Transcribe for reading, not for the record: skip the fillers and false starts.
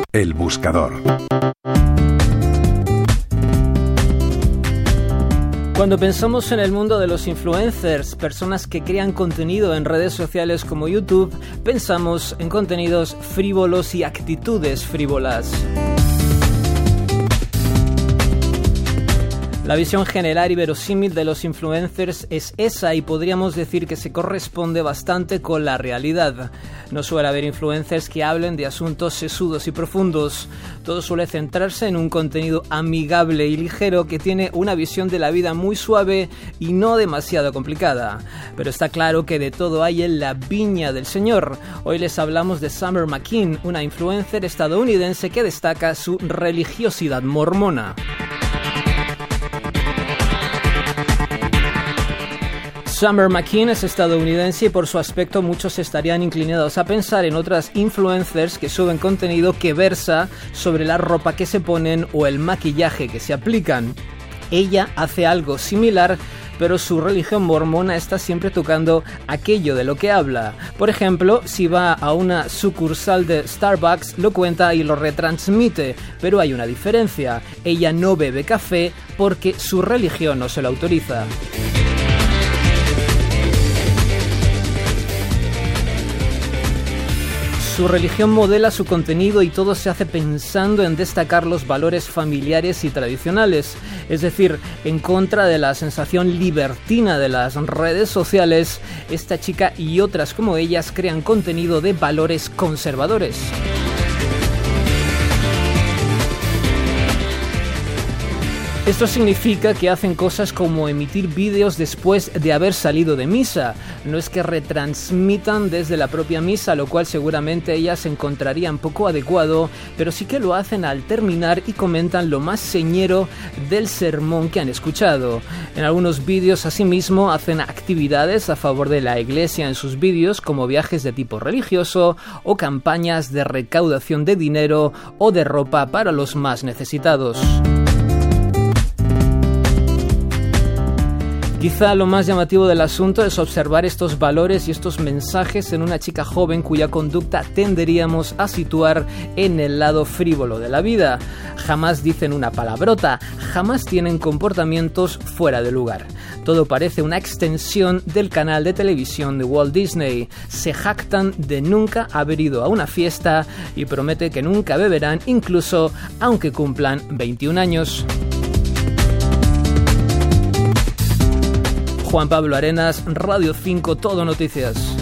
El Buscador. Cuando pensamos en el mundo de los influencers, personas que crean contenido en redes sociales como YouTube, pensamos en contenidos frívolos y actitudes frívolas. La visión general y verosímil de los influencers es esa y podríamos decir que se corresponde bastante con la realidad. No suele haber influencers que hablen de asuntos sesudos y profundos. Todo suele centrarse en un contenido amigable y ligero que tiene una visión de la vida muy suave y no demasiado complicada. Pero está claro que de todo hay en la viña del señor. Hoy les hablamos de Summer McKeen, una influencer estadounidense que destaca su religiosidad mormona. Summer McKeen es estadounidense y por su aspecto muchos estarían inclinados a pensar en otras influencers que suben contenido que versa sobre la ropa que se ponen o el maquillaje que se aplican. Ella hace algo similar, pero su religión mormona está siempre tocando aquello de lo que habla. Por ejemplo, si va a una sucursal de Starbucks, lo cuenta y lo retransmite, pero hay una diferencia. Ella no bebe café porque su religión no se lo autoriza. Su religión modela su contenido y todo se hace pensando en destacar los valores familiares y tradicionales, es decir, en contra de la sensación libertina de las redes sociales. Esta chica y otras como ellas crean contenido de valores conservadores. Esto significa que hacen cosas como emitir vídeos después de haber salido de misa. No es que retransmitan desde la propia misa, lo cual seguramente ellas encontrarían poco adecuado, pero sí que lo hacen al terminar y comentan lo más señero del sermón que han escuchado. En algunos vídeos, asimismo, hacen actividades a favor de la iglesia en sus vídeos, como viajes de tipo religioso o campañas de recaudación de dinero o de ropa para los más necesitados. Quizá lo más llamativo del asunto es observar estos valores y estos mensajes en una chica joven cuya conducta tenderíamos a situar en el lado frívolo de la vida. Jamás dicen una palabrota, jamás tienen comportamientos fuera de lugar. Todo parece una extensión del canal de televisión de Walt Disney. Se jactan de nunca haber ido a una fiesta y prometen que nunca beberán, incluso aunque cumplan 21 años. Juan Pablo Arenas, Radio 5, Todo Noticias.